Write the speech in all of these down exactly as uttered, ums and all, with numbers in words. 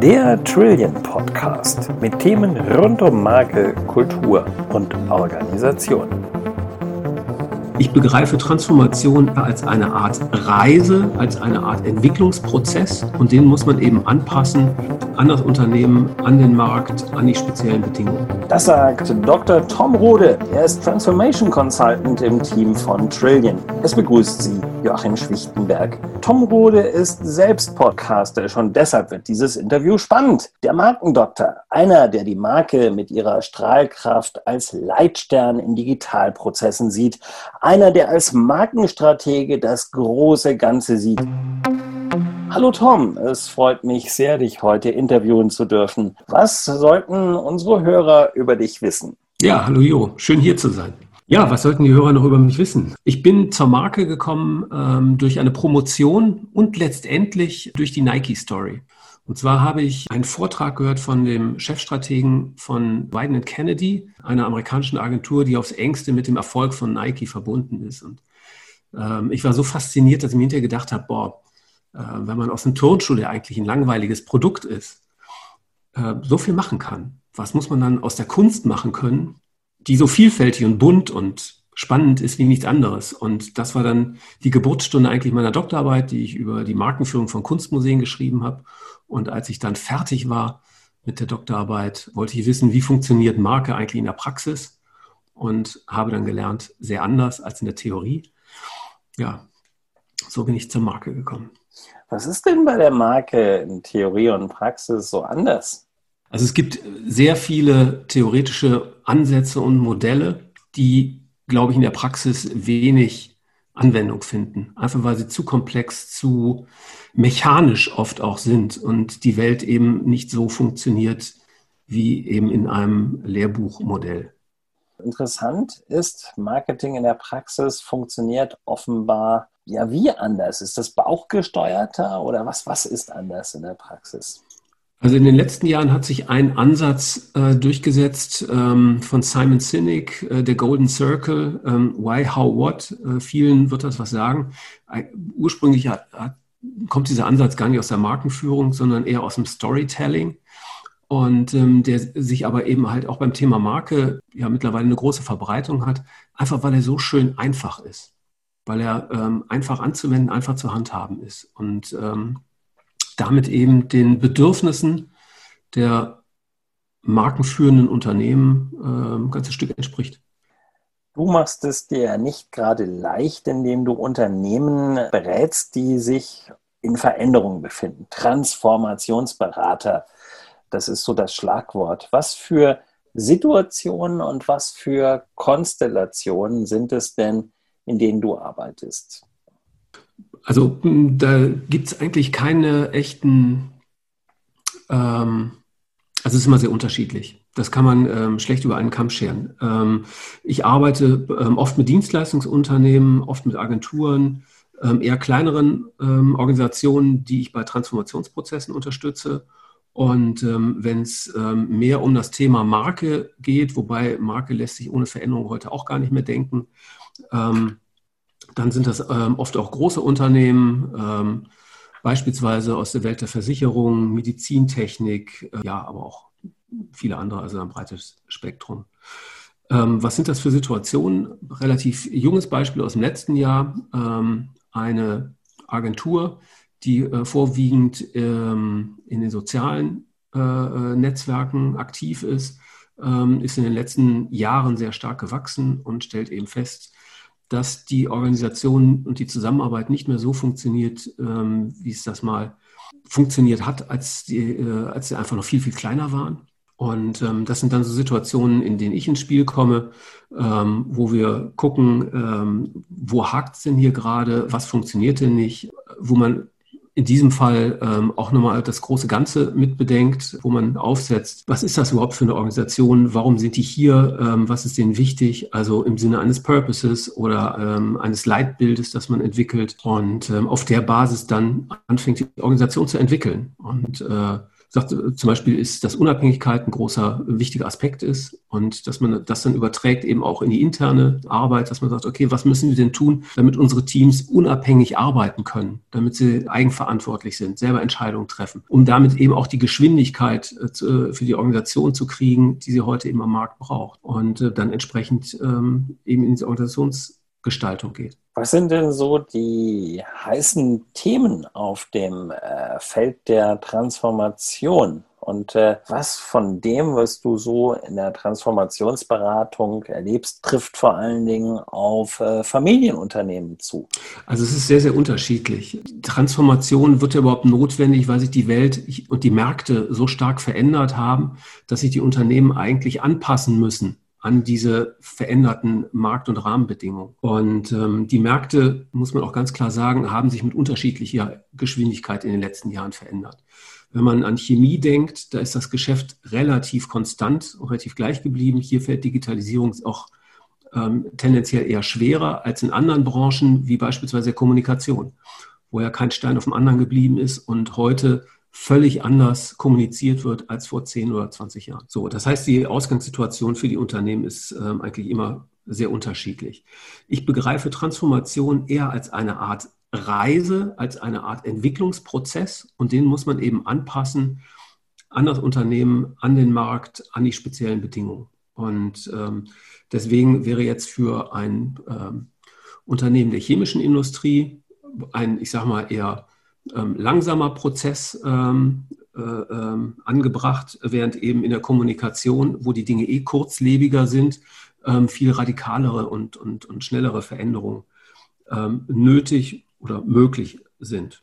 Der Trillion Podcast mit Themen rund um Marke, Kultur und Organisation. Ich begreife Transformation als eine Art Reise, als eine Art Entwicklungsprozess und den muss man eben anpassen an das Unternehmen, an den Markt, an die speziellen Bedingungen. Das sagt Doktor Tom Rode. Er ist Transformation Consultant im Team von Trillion. Es begrüßt Sie Joachim Schwichtenberg. Tom Rode ist selbst Podcaster, schon deshalb wird dieses Interview spannend. Der Markendoktor, einer, der die Marke mit ihrer Strahlkraft als Leitstern in Digitalprozessen sieht, einer, der als Markenstratege das große Ganze sieht. Hallo Tom, es freut mich sehr, dich heute interviewen zu dürfen. Was sollten unsere Hörer über dich wissen? Ja, hallo Jo, schön hier zu sein. Ja, was sollten die Hörer noch über mich wissen? Ich bin zur Marke gekommen ähm, durch eine Promotion und letztendlich durch die Nike-Story. Und zwar habe ich einen Vortrag gehört von dem Chefstrategen von Wieden und Kennedy, einer amerikanischen Agentur, die aufs engste mit dem Erfolg von Nike verbunden ist. Und ähm, ich war so fasziniert, dass ich mir hinterher gedacht habe, boah, äh, wenn man aus einem Turnschuh, der eigentlich ein langweiliges Produkt ist, äh, so viel machen kann, was muss man dann aus der Kunst machen können, die so vielfältig und bunt und spannend ist wie nichts anderes. Und das war dann die Geburtsstunde eigentlich meiner Doktorarbeit, die ich über die Markenführung von Kunstmuseen geschrieben habe. Und als ich dann fertig war mit der Doktorarbeit, wollte ich wissen, wie funktioniert Marke eigentlich in der Praxis und habe dann gelernt, sehr anders als in der Theorie. Ja, so bin ich zur Marke gekommen. Was ist denn bei der Marke in Theorie und Praxis so anders? Also es gibt sehr viele theoretische Ansätze und Modelle, die, glaube ich, in der Praxis wenig Anwendung finden. Einfach weil sie zu komplex, zu mechanisch oft auch sind und die Welt eben nicht so funktioniert wie eben in einem Lehrbuchmodell. Interessant ist, Marketing in der Praxis funktioniert offenbar ja wie anders. Ist das bauchgesteuerter oder was, was ist anders in der Praxis? Also in den letzten Jahren hat sich ein Ansatz äh, durchgesetzt ähm, von Simon Sinek, äh, der Golden Circle, ähm, Why, How, What. Äh, vielen wird das was sagen. Äh, ursprünglich hat, hat, kommt dieser Ansatz gar nicht aus der Markenführung, sondern eher aus dem Storytelling. Und ähm, der sich aber eben halt auch beim Thema Marke ja mittlerweile eine große Verbreitung hat, einfach weil er so schön einfach ist. Weil er ähm, einfach anzuwenden, einfach zu handhaben ist. Und ähm, damit eben den Bedürfnissen der markenführenden Unternehmen äh, ein ganzes Stück entspricht. Du machst es dir nicht gerade leicht, indem du Unternehmen berätst, die sich in Veränderung befinden. Transformationsberater, das ist so das Schlagwort. Was für Situationen und was für Konstellationen sind es denn, in denen du arbeitest? Also da gibt es eigentlich keine echten, ähm, also es ist immer sehr unterschiedlich. Das kann man ähm, schlecht über einen Kamm scheren. Ähm, ich arbeite ähm, oft mit Dienstleistungsunternehmen, oft mit Agenturen, ähm, eher kleineren ähm, Organisationen, die ich bei Transformationsprozessen unterstütze. Und ähm, wenn es ähm, mehr um das Thema Marke geht, wobei Marke lässt sich ohne Veränderung heute auch gar nicht mehr denken, ähm, dann sind das ähm, oft auch große Unternehmen, ähm, beispielsweise aus der Welt der Versicherung, Medizintechnik, äh, ja, aber auch viele andere, also ein breites Spektrum. Ähm, was sind das für Situationen? Relativ junges Beispiel aus dem letzten Jahr. Ähm, eine Agentur, die äh, vorwiegend ähm, in den sozialen äh, Netzwerken aktiv ist, ähm, ist in den letzten Jahren sehr stark gewachsen und stellt eben fest, dass die Organisation und die Zusammenarbeit nicht mehr so funktioniert, ähm, wie es das mal funktioniert hat, als die, äh, als sie einfach noch viel, viel kleiner waren. Und ähm, das sind dann so Situationen, in denen ich ins Spiel komme, ähm, wo wir gucken, ähm, wo hakt es denn hier gerade, was funktioniert denn nicht, wo man in diesem Fall ähm, auch nochmal das große Ganze mitbedenkt, wo man aufsetzt, was ist das überhaupt für eine Organisation, warum sind die hier, ähm, was ist denen wichtig, also im Sinne eines Purposes oder ähm, eines Leitbildes, das man entwickelt und ähm, auf der Basis dann anfängt, die Organisation zu entwickeln. Und äh, sagt, zum Beispiel ist, dass Unabhängigkeit ein großer, wichtiger Aspekt ist und dass man das dann überträgt eben auch in die interne Arbeit, dass man sagt, okay, was müssen wir denn tun, damit unsere Teams unabhängig arbeiten können, damit sie eigenverantwortlich sind, selber Entscheidungen treffen, um damit eben auch die Geschwindigkeit für die Organisation zu kriegen, die sie heute eben am Markt braucht und dann entsprechend eben in die Organisationsgestaltung geht. Was sind denn so die heißen Themen auf dem äh, Feld der Transformation? Und äh, was von dem, was du so in der Transformationsberatung erlebst, trifft vor allen Dingen auf äh, Familienunternehmen zu? Also es ist sehr, sehr unterschiedlich. Transformation wird ja überhaupt notwendig, weil sich die Welt und die Märkte so stark verändert haben, dass sich die Unternehmen eigentlich anpassen müssen an diese veränderten Markt- und Rahmenbedingungen. Und ähm, die Märkte, muss man auch ganz klar sagen, haben sich mit unterschiedlicher Geschwindigkeit in den letzten Jahren verändert. Wenn man an Chemie denkt, da ist das Geschäft relativ konstant, relativ gleich geblieben. Hier fällt Digitalisierung auch ähm, tendenziell eher schwerer als in anderen Branchen, wie beispielsweise der Kommunikation, wo ja kein Stein auf dem anderen geblieben ist und heute völlig anders kommuniziert wird als vor zehn oder zwanzig Jahren. So, das heißt, die Ausgangssituation für die Unternehmen ist ähm, eigentlich immer sehr unterschiedlich. Ich begreife Transformation eher als eine Art Reise, als eine Art Entwicklungsprozess und den muss man eben anpassen an das Unternehmen, an den Markt, an die speziellen Bedingungen. Und ähm, deswegen wäre jetzt für ein ähm, Unternehmen der chemischen Industrie ein, ich sage mal, eher Ähm, langsamer Prozess ähm, äh, ähm, angebracht, während eben in der Kommunikation, wo die Dinge eh kurzlebiger sind, ähm, viel radikalere und, und, und schnellere Veränderungen ähm, nötig oder möglich sind.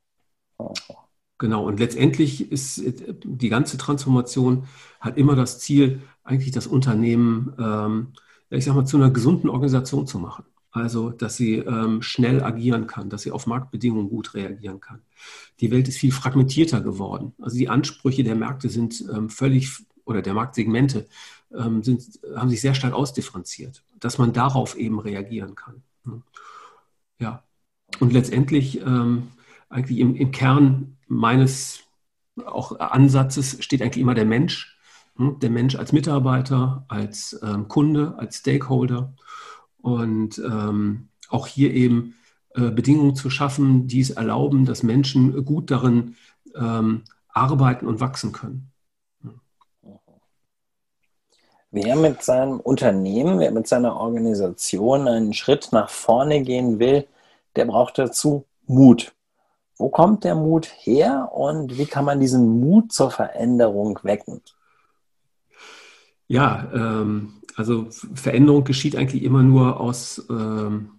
Genau, und letztendlich ist die ganze Transformation hat immer das Ziel, eigentlich das Unternehmen, ähm, ich sag mal, zu einer gesunden Organisation zu machen. Also, dass sie ähm, schnell agieren kann, dass sie auf Marktbedingungen gut reagieren kann. Die Welt ist viel fragmentierter geworden. Also die Ansprüche der Märkte sind ähm, völlig, oder der Marktsegmente ähm, sind, haben sich sehr stark ausdifferenziert, dass man darauf eben reagieren kann. Ja, und letztendlich ähm, eigentlich im, im Kern meines auch Ansatzes steht eigentlich immer der Mensch. Der Mensch als Mitarbeiter, als ähm, Kunde, als Stakeholder. Und ähm, auch hier eben äh, Bedingungen zu schaffen, die es erlauben, dass Menschen gut darin ähm, arbeiten und wachsen können. Wer mit seinem Unternehmen, wer mit seiner Organisation einen Schritt nach vorne gehen will, der braucht dazu Mut. Wo kommt der Mut her und wie kann man diesen Mut zur Veränderung wecken? Ja, ähm, also Veränderung geschieht eigentlich immer nur aus, ähm,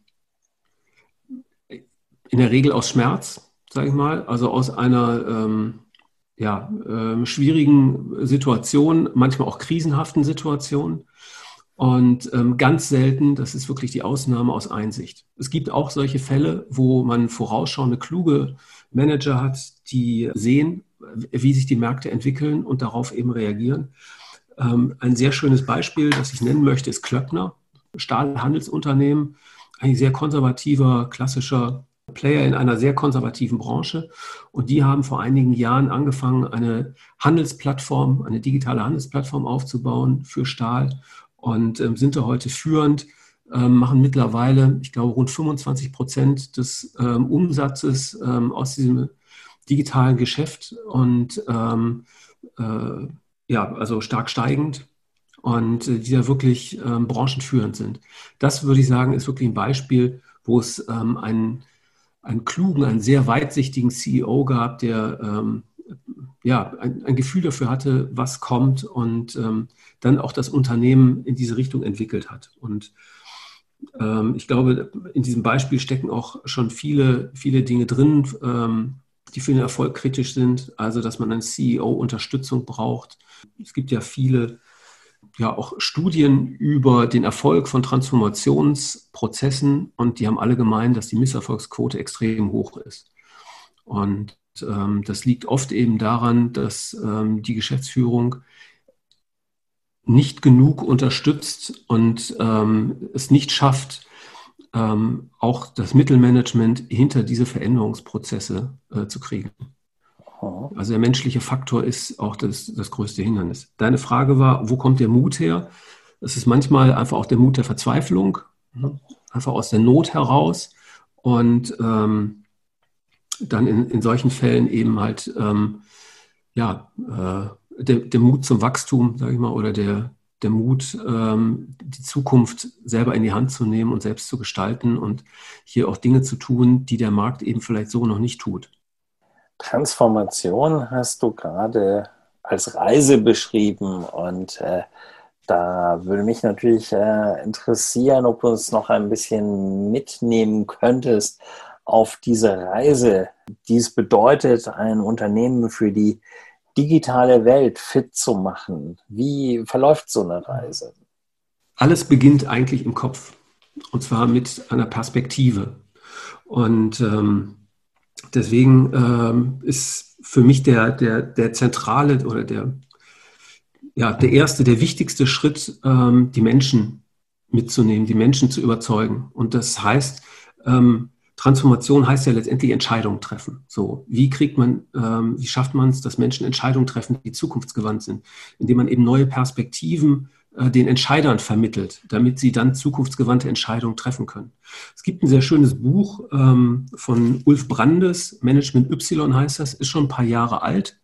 in der Regel aus Schmerz, sage ich mal, also aus einer ähm, ja, ähm, schwierigen Situation, manchmal auch krisenhaften Situation. Und ähm, ganz selten, das ist wirklich die Ausnahme, aus Einsicht. Es gibt auch solche Fälle, wo man vorausschauende, kluge Manager hat, die sehen, wie sich die Märkte entwickeln und darauf eben reagieren. Ähm, ein sehr schönes Beispiel, das ich nennen möchte, ist Klöckner, Stahlhandelsunternehmen, ein sehr konservativer, klassischer Player in einer sehr konservativen Branche. Und die haben vor einigen Jahren angefangen, eine Handelsplattform, eine digitale Handelsplattform aufzubauen für Stahl und ähm, sind da heute führend, ähm, machen mittlerweile, ich glaube, rund fünfundzwanzig Prozent des ähm, Umsatzes ähm, aus diesem digitalen Geschäft und ähm, äh, ja, also stark steigend und äh, die da wirklich ähm, branchenführend sind. Das würde ich sagen, ist wirklich ein Beispiel, wo es ähm, einen, einen klugen, einen sehr weitsichtigen C E O gab, der ähm, ja, ein, ein Gefühl dafür hatte, was kommt und ähm, dann auch das Unternehmen in diese Richtung entwickelt hat. Und ähm, ich glaube, in diesem Beispiel stecken auch schon viele, viele Dinge drin, ähm, die für den Erfolg kritisch sind. Also, dass man eine C E O-Unterstützung braucht. Es gibt ja viele, ja auch Studien über den Erfolg von Transformationsprozessen und die haben alle gemeint, dass die Misserfolgsquote extrem hoch ist. Und ähm, das liegt oft eben daran, dass ähm, die Geschäftsführung nicht genug unterstützt und ähm, es nicht schafft, ähm, auch das Mittelmanagement hinter diese Veränderungsprozesse äh, zu kriegen. Also der menschliche Faktor ist auch das, das größte Hindernis. Deine Frage war, wo kommt der Mut her? Das ist manchmal einfach auch der Mut der Verzweiflung, einfach aus der Not heraus. Und ähm, dann in, in solchen Fällen eben halt ähm, ja, äh, der, der Mut zum Wachstum, sage ich mal, oder der, der Mut, ähm, die Zukunft selber in die Hand zu nehmen und selbst zu gestalten und hier auch Dinge zu tun, die der Markt eben vielleicht so noch nicht tut. Transformation hast du gerade als Reise beschrieben und äh, da würde mich natürlich äh, interessieren, ob du uns noch ein bisschen mitnehmen könntest auf diese Reise, die es bedeutet, ein Unternehmen für die digitale Welt fit zu machen. Wie verläuft so eine Reise? Alles beginnt eigentlich im Kopf, und zwar mit einer Perspektive. Und ähm, deswegen ähm, ist für mich der, der, der zentrale oder der, ja, der erste, der wichtigste Schritt, ähm, die Menschen mitzunehmen, die Menschen zu überzeugen. Und das heißt, ähm, Transformation heißt ja letztendlich Entscheidungen treffen. So, wie kriegt man, ähm, wie schafft man es, dass Menschen Entscheidungen treffen, die zukunftsgewandt sind, indem man eben neue Perspektiven äh, den Entscheidern vermittelt, damit sie dann zukunftsgewandte Entscheidungen treffen können. Es gibt ein sehr schönes Buch ähm, von Ulf Brandes, Management Y heißt das, ist schon ein paar Jahre alt.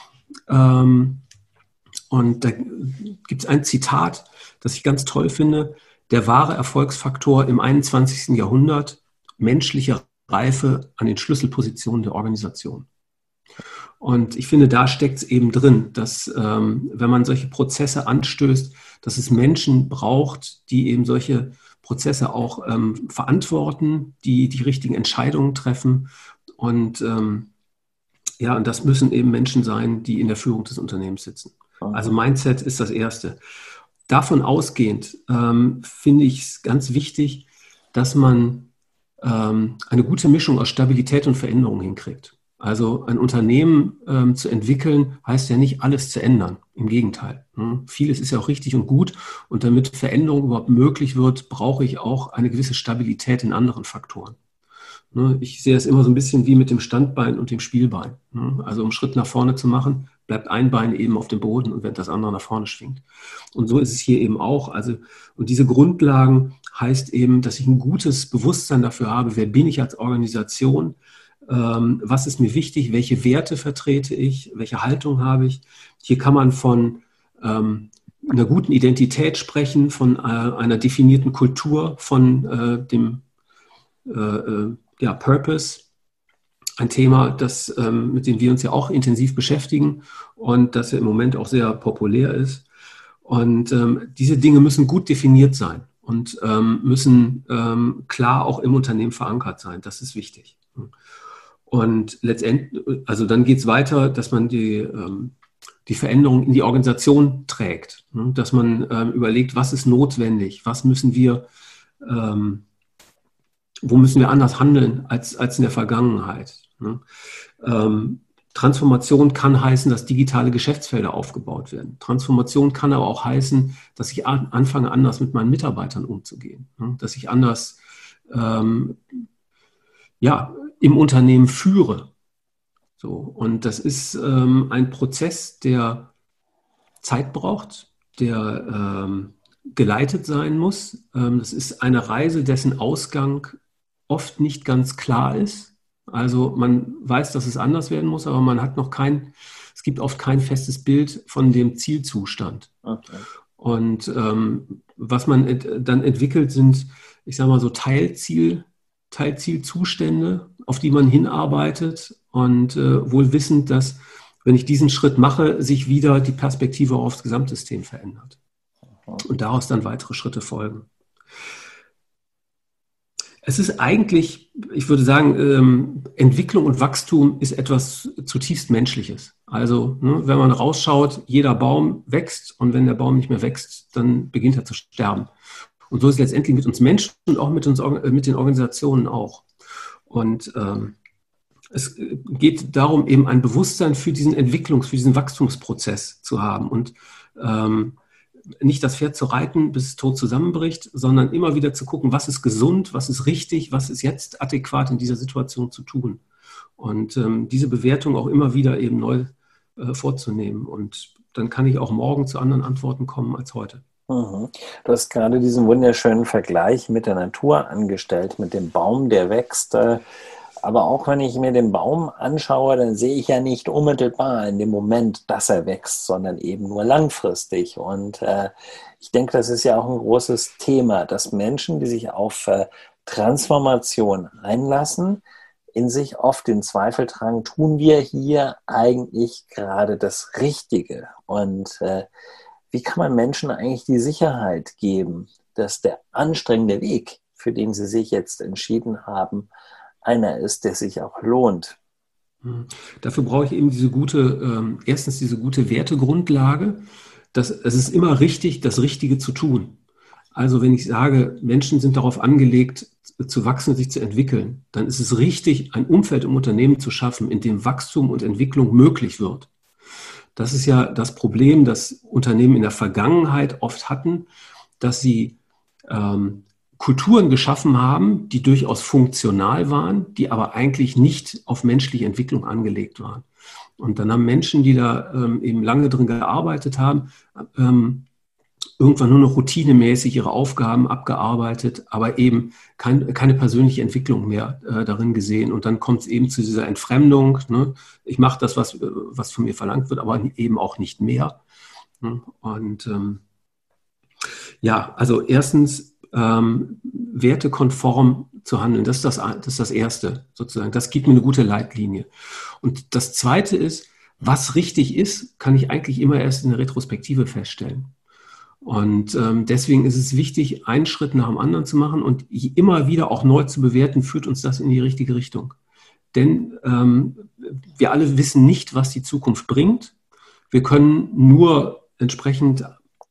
Ähm, und da gibt es ein Zitat, das ich ganz toll finde: Der wahre Erfolgsfaktor im einundzwanzigsten Jahrhundert, menschliche Reife an den Schlüsselpositionen der Organisation. Und ich finde, da steckt es eben drin, dass ähm, wenn man solche Prozesse anstößt, dass es Menschen braucht, die eben solche Prozesse auch ähm, verantworten, die die richtigen Entscheidungen treffen. Und ähm, ja, und das müssen eben Menschen sein, die in der Führung des Unternehmens sitzen. Also Mindset ist das Erste. Davon ausgehend ähm, finde ich es ganz wichtig, dass man ähm, eine gute Mischung aus Stabilität und Veränderung hinkriegt. Also ein Unternehmen ähm, zu entwickeln, heißt ja nicht, alles zu ändern. Im Gegenteil. Hm? Vieles ist ja auch richtig und gut. Und damit Veränderung überhaupt möglich wird, brauche ich auch eine gewisse Stabilität in anderen Faktoren. Ne? Ich sehe es immer so ein bisschen wie mit dem Standbein und dem Spielbein. Ne? Also um einen Schritt nach vorne zu machen, bleibt ein Bein eben auf dem Boden und wenn das andere nach vorne schwingt. Und so ist es hier eben auch. Also, und diese Grundlagen heißt eben, dass ich ein gutes Bewusstsein dafür habe, wer bin ich als Organisation, ähm, was ist mir wichtig, welche Werte vertrete ich, welche Haltung habe ich. Hier kann man von ähm, einer guten Identität sprechen, von äh, einer definierten Kultur, von äh, dem äh, äh, ja, Purpose. Ein Thema, das, ähm, mit dem wir uns ja auch intensiv beschäftigen und das ja im Moment auch sehr populär ist. Und ähm, diese Dinge müssen gut definiert sein und ähm, müssen ähm, klar auch im Unternehmen verankert sein. Das ist wichtig. Und letztendlich, also dann geht es weiter, dass man die, ähm, die Veränderung in die Organisation trägt. Ne? Dass man ähm, überlegt, was ist notwendig, was müssen wir ähm, wo müssen wir anders handeln als, als in der Vergangenheit. Ne? Ähm, Transformation kann heißen, dass digitale Geschäftsfelder aufgebaut werden. Transformation kann aber auch heißen, dass ich an, anfange, anders mit meinen Mitarbeitern umzugehen. Ne? Dass ich anders ähm, ja, im Unternehmen führe. So, und das ist ähm, ein Prozess, der Zeit braucht, der ähm, geleitet sein muss. Ähm, das ist eine Reise, dessen Ausgang oft nicht ganz klar ist. Also man weiß, dass es anders werden muss, aber man hat noch kein, es gibt oft kein festes Bild von dem Zielzustand. Okay. Und ähm, was man ent- dann entwickelt, sind, ich sage mal so Teilziel, Teilzielzustände, auf die man hinarbeitet und äh, wohl wissend, dass, wenn ich diesen Schritt mache, sich wieder die Perspektive aufs Gesamtsystem verändert. Und daraus dann weitere Schritte folgen. Es ist eigentlich, ich würde sagen, ähm, Entwicklung und Wachstum ist etwas zutiefst Menschliches. Also, ne, wenn man rausschaut, jeder Baum wächst und wenn der Baum nicht mehr wächst, dann beginnt er zu sterben. Und so ist es letztendlich mit uns Menschen und auch mit uns, mit den Organisationen auch. Und ähm, es geht darum, eben ein Bewusstsein für diesen Entwicklungs-, für diesen Wachstumsprozess zu haben und ähm, nicht das Pferd zu reiten, bis es tot zusammenbricht, sondern immer wieder zu gucken, was ist gesund, was ist richtig, was ist jetzt adäquat in dieser Situation zu tun. Und ähm, diese Bewertung auch immer wieder eben neu äh, vorzunehmen. Und dann kann ich auch morgen zu anderen Antworten kommen als heute. Mhm. Du hast gerade diesen wunderschönen Vergleich mit der Natur angestellt, mit dem Baum, der wächst. äh, Aber auch wenn ich mir den Baum anschaue, dann sehe ich ja nicht unmittelbar in dem Moment, dass er wächst, sondern eben nur langfristig. Und äh, ich denke, das ist ja auch ein großes Thema, dass Menschen, die sich auf äh, Transformation einlassen, in sich oft den Zweifel tragen, tun wir hier eigentlich gerade das Richtige? Und äh, wie kann man Menschen eigentlich die Sicherheit geben, dass der anstrengende Weg, für den sie sich jetzt entschieden haben, einer ist, der sich auch lohnt? Mhm. Dafür brauche ich eben diese gute, ähm, erstens diese gute Wertegrundlage, dass es ist immer richtig, das Richtige zu tun. Also wenn ich sage, Menschen sind darauf angelegt, zu wachsen, sich zu entwickeln, dann ist es richtig, ein Umfeld im Unternehmen zu schaffen, in dem Wachstum und Entwicklung möglich wird. Das ist ja das Problem, das Unternehmen in der Vergangenheit oft hatten, dass sie ähm, Kulturen geschaffen haben, die durchaus funktional waren, die aber eigentlich nicht auf menschliche Entwicklung angelegt waren. Und dann haben Menschen, die da ähm, eben lange drin gearbeitet haben, ähm, irgendwann nur noch routinemäßig ihre Aufgaben abgearbeitet, aber eben kein, keine persönliche Entwicklung mehr äh, darin gesehen. Und dann kommt es eben zu dieser Entfremdung. Ne? Ich mache das, was, was von mir verlangt wird, aber eben auch nicht mehr. Ne? Und ähm, ja, also erstens ähm, wertekonform zu handeln, das ist das, das ist das Erste sozusagen. Das gibt mir eine gute Leitlinie. Und das Zweite ist, was richtig ist, kann ich eigentlich immer erst in der Retrospektive feststellen. Und ähm, deswegen ist es wichtig, einen Schritt nach dem anderen zu machen und immer wieder auch neu zu bewerten, führt uns das in die richtige Richtung. Denn ähm, wir alle wissen nicht, was die Zukunft bringt. Wir können nur entsprechend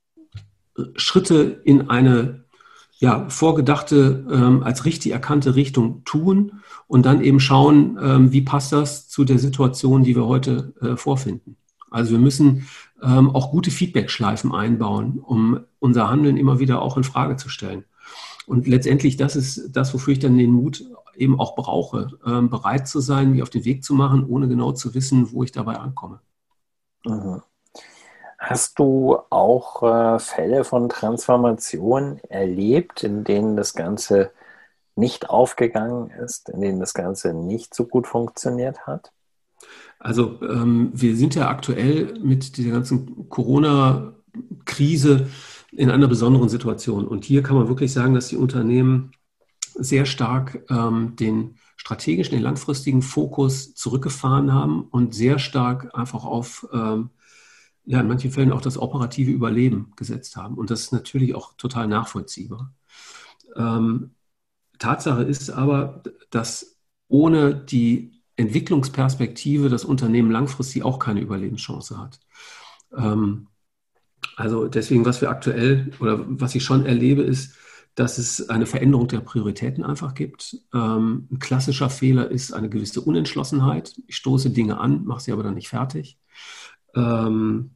Schritte in eine ja, vorgedachte, ähm, als richtig erkannte Richtung tun und dann eben schauen, ähm, wie passt das zu der Situation, die wir heute äh, vorfinden. Also wir müssen ähm, auch gute Feedback-Schleifen einbauen, um unser Handeln immer wieder auch in Frage zu stellen. Und letztendlich, das ist das, wofür ich dann den Mut eben auch brauche, ähm, bereit zu sein, mich auf den Weg zu machen, ohne genau zu wissen, wo ich dabei ankomme. Mhm. Hast du auch äh, Fälle von Transformation erlebt, in denen das Ganze nicht aufgegangen ist, in denen das Ganze nicht so gut funktioniert hat? Also ähm, wir sind ja aktuell mit dieser ganzen Corona-Krise in einer besonderen Situation. Und hier kann man wirklich sagen, dass die Unternehmen sehr stark ähm, den strategischen, den langfristigen Fokus zurückgefahren haben und sehr stark einfach auf, ähm, ja, in manchen Fällen auch das operative Überleben gesetzt haben. Und das ist natürlich auch total nachvollziehbar. Ähm, Tatsache ist aber, dass ohne die Entwicklungsperspektive das Unternehmen langfristig auch keine Überlebenschance hat. Ähm, also deswegen, was wir aktuell oder was ich schon erlebe, ist, dass es eine Veränderung der Prioritäten einfach gibt. Ähm, ein klassischer Fehler ist eine gewisse Unentschlossenheit. Ich stoße Dinge an, mache sie aber dann nicht fertig. Ähm,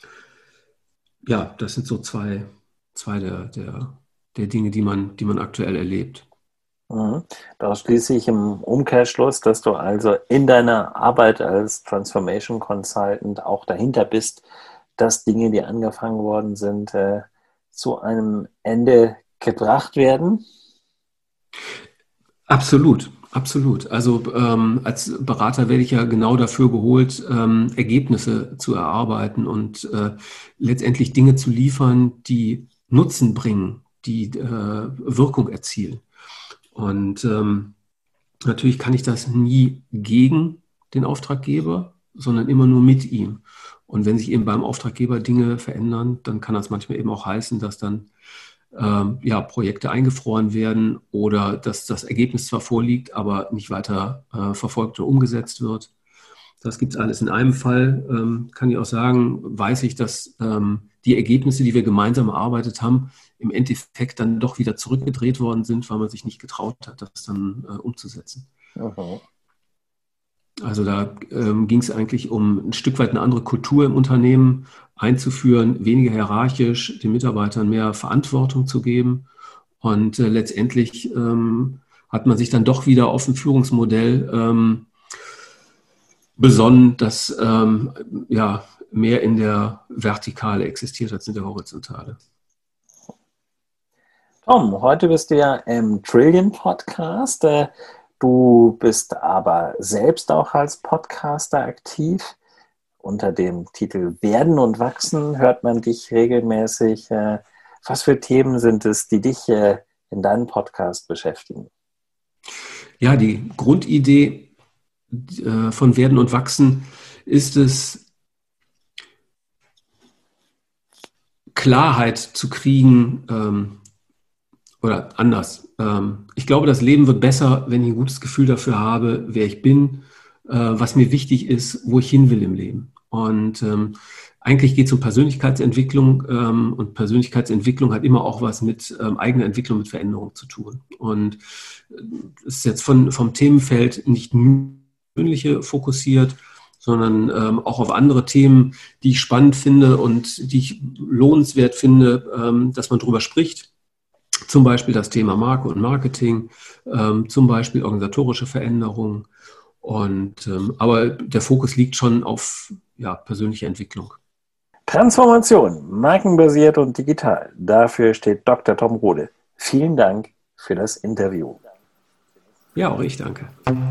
ja, das sind so zwei, zwei der, der, der Dinge, die man, die man aktuell erlebt. Mhm. Daraus schließe ich im Umkehrschluss, dass du also in deiner Arbeit als Transformation Consultant auch dahinter bist, dass Dinge, die angefangen worden sind, äh, zu einem Ende gebracht werden. Absolut, absolut. Also ähm, als Berater werde ich ja genau dafür geholt, ähm, Ergebnisse zu erarbeiten und äh, letztendlich Dinge zu liefern, die Nutzen bringen, die äh, Wirkung erzielen. Und ähm, natürlich kann ich das nie gegen den Auftraggeber, sondern immer nur mit ihm. Und wenn sich eben beim Auftraggeber Dinge verändern, dann kann das manchmal eben auch heißen, dass dann ähm, ja, Projekte eingefroren werden oder dass das Ergebnis zwar vorliegt, aber nicht weiter äh, verfolgt oder umgesetzt wird. Das gibt es alles. In einem Fall, ähm, kann ich auch sagen, weiß ich, dass ähm, die Ergebnisse, die wir gemeinsam erarbeitet haben, im Endeffekt dann doch wieder zurückgedreht worden sind, weil man sich nicht getraut hat, das dann äh, umzusetzen. Mhm. Also da ähm, ging es eigentlich um ein Stück weit eine andere Kultur im Unternehmen einzuführen, weniger hierarchisch, den Mitarbeitern mehr Verantwortung zu geben. Und äh, letztendlich ähm, hat man sich dann doch wieder auf ein Führungsmodell ähm, besonnen, das ähm, ja, mehr in der Vertikale existiert als in der Horizontale. Tom, heute bist du ja im Trillion Podcast. Du bist aber selbst auch als Podcaster aktiv. Unter dem Titel Werden und Wachsen hört man dich regelmäßig. Was für Themen sind es, die dich in deinem Podcast beschäftigen? Ja, die Grundidee von Werden und Wachsen ist es, Klarheit zu kriegen, ähm, oder anders. Ähm, ich glaube, das Leben wird besser, wenn ich ein gutes Gefühl dafür habe, wer ich bin, äh, was mir wichtig ist, wo ich hin will im Leben. Und ähm, eigentlich geht es um Persönlichkeitsentwicklung ähm, und Persönlichkeitsentwicklung hat immer auch was mit ähm, eigener Entwicklung, mit Veränderung zu tun. Und es ist jetzt von, vom Themenfeld nicht nur persönliche fokussiert, sondern ähm, auch auf andere Themen, die ich spannend finde und die ich lohnenswert finde, ähm, dass man drüber spricht. Zum Beispiel das Thema Marke und Marketing, ähm, zum Beispiel organisatorische Veränderungen. Und, ähm, aber der Fokus liegt schon auf ja, persönliche Entwicklung. Transformation, markenbasiert und digital. Dafür steht Doktor Tom Rode. Vielen Dank für das Interview. Ja, auch ich danke.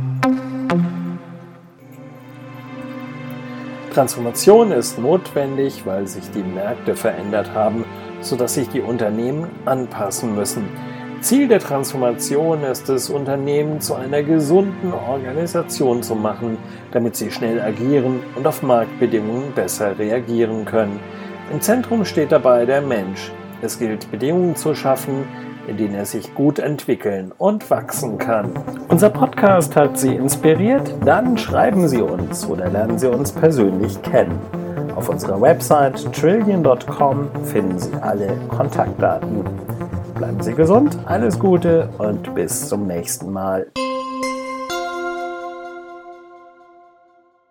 Transformation ist notwendig, weil sich die Märkte verändert haben, sodass sich die Unternehmen anpassen müssen. Ziel der Transformation ist es, Unternehmen zu einer gesunden Organisation zu machen, damit sie schnell agieren und auf Marktbedingungen besser reagieren können. Im Zentrum steht dabei der Mensch. Es gilt, Bedingungen zu schaffen, in denen er sich gut entwickeln und wachsen kann. Unser Podcast hat Sie inspiriert? Dann schreiben Sie uns oder lernen Sie uns persönlich kennen. Auf unserer Website trillion Punkt com finden Sie alle Kontaktdaten. Bleiben Sie gesund, alles Gute und bis zum nächsten Mal.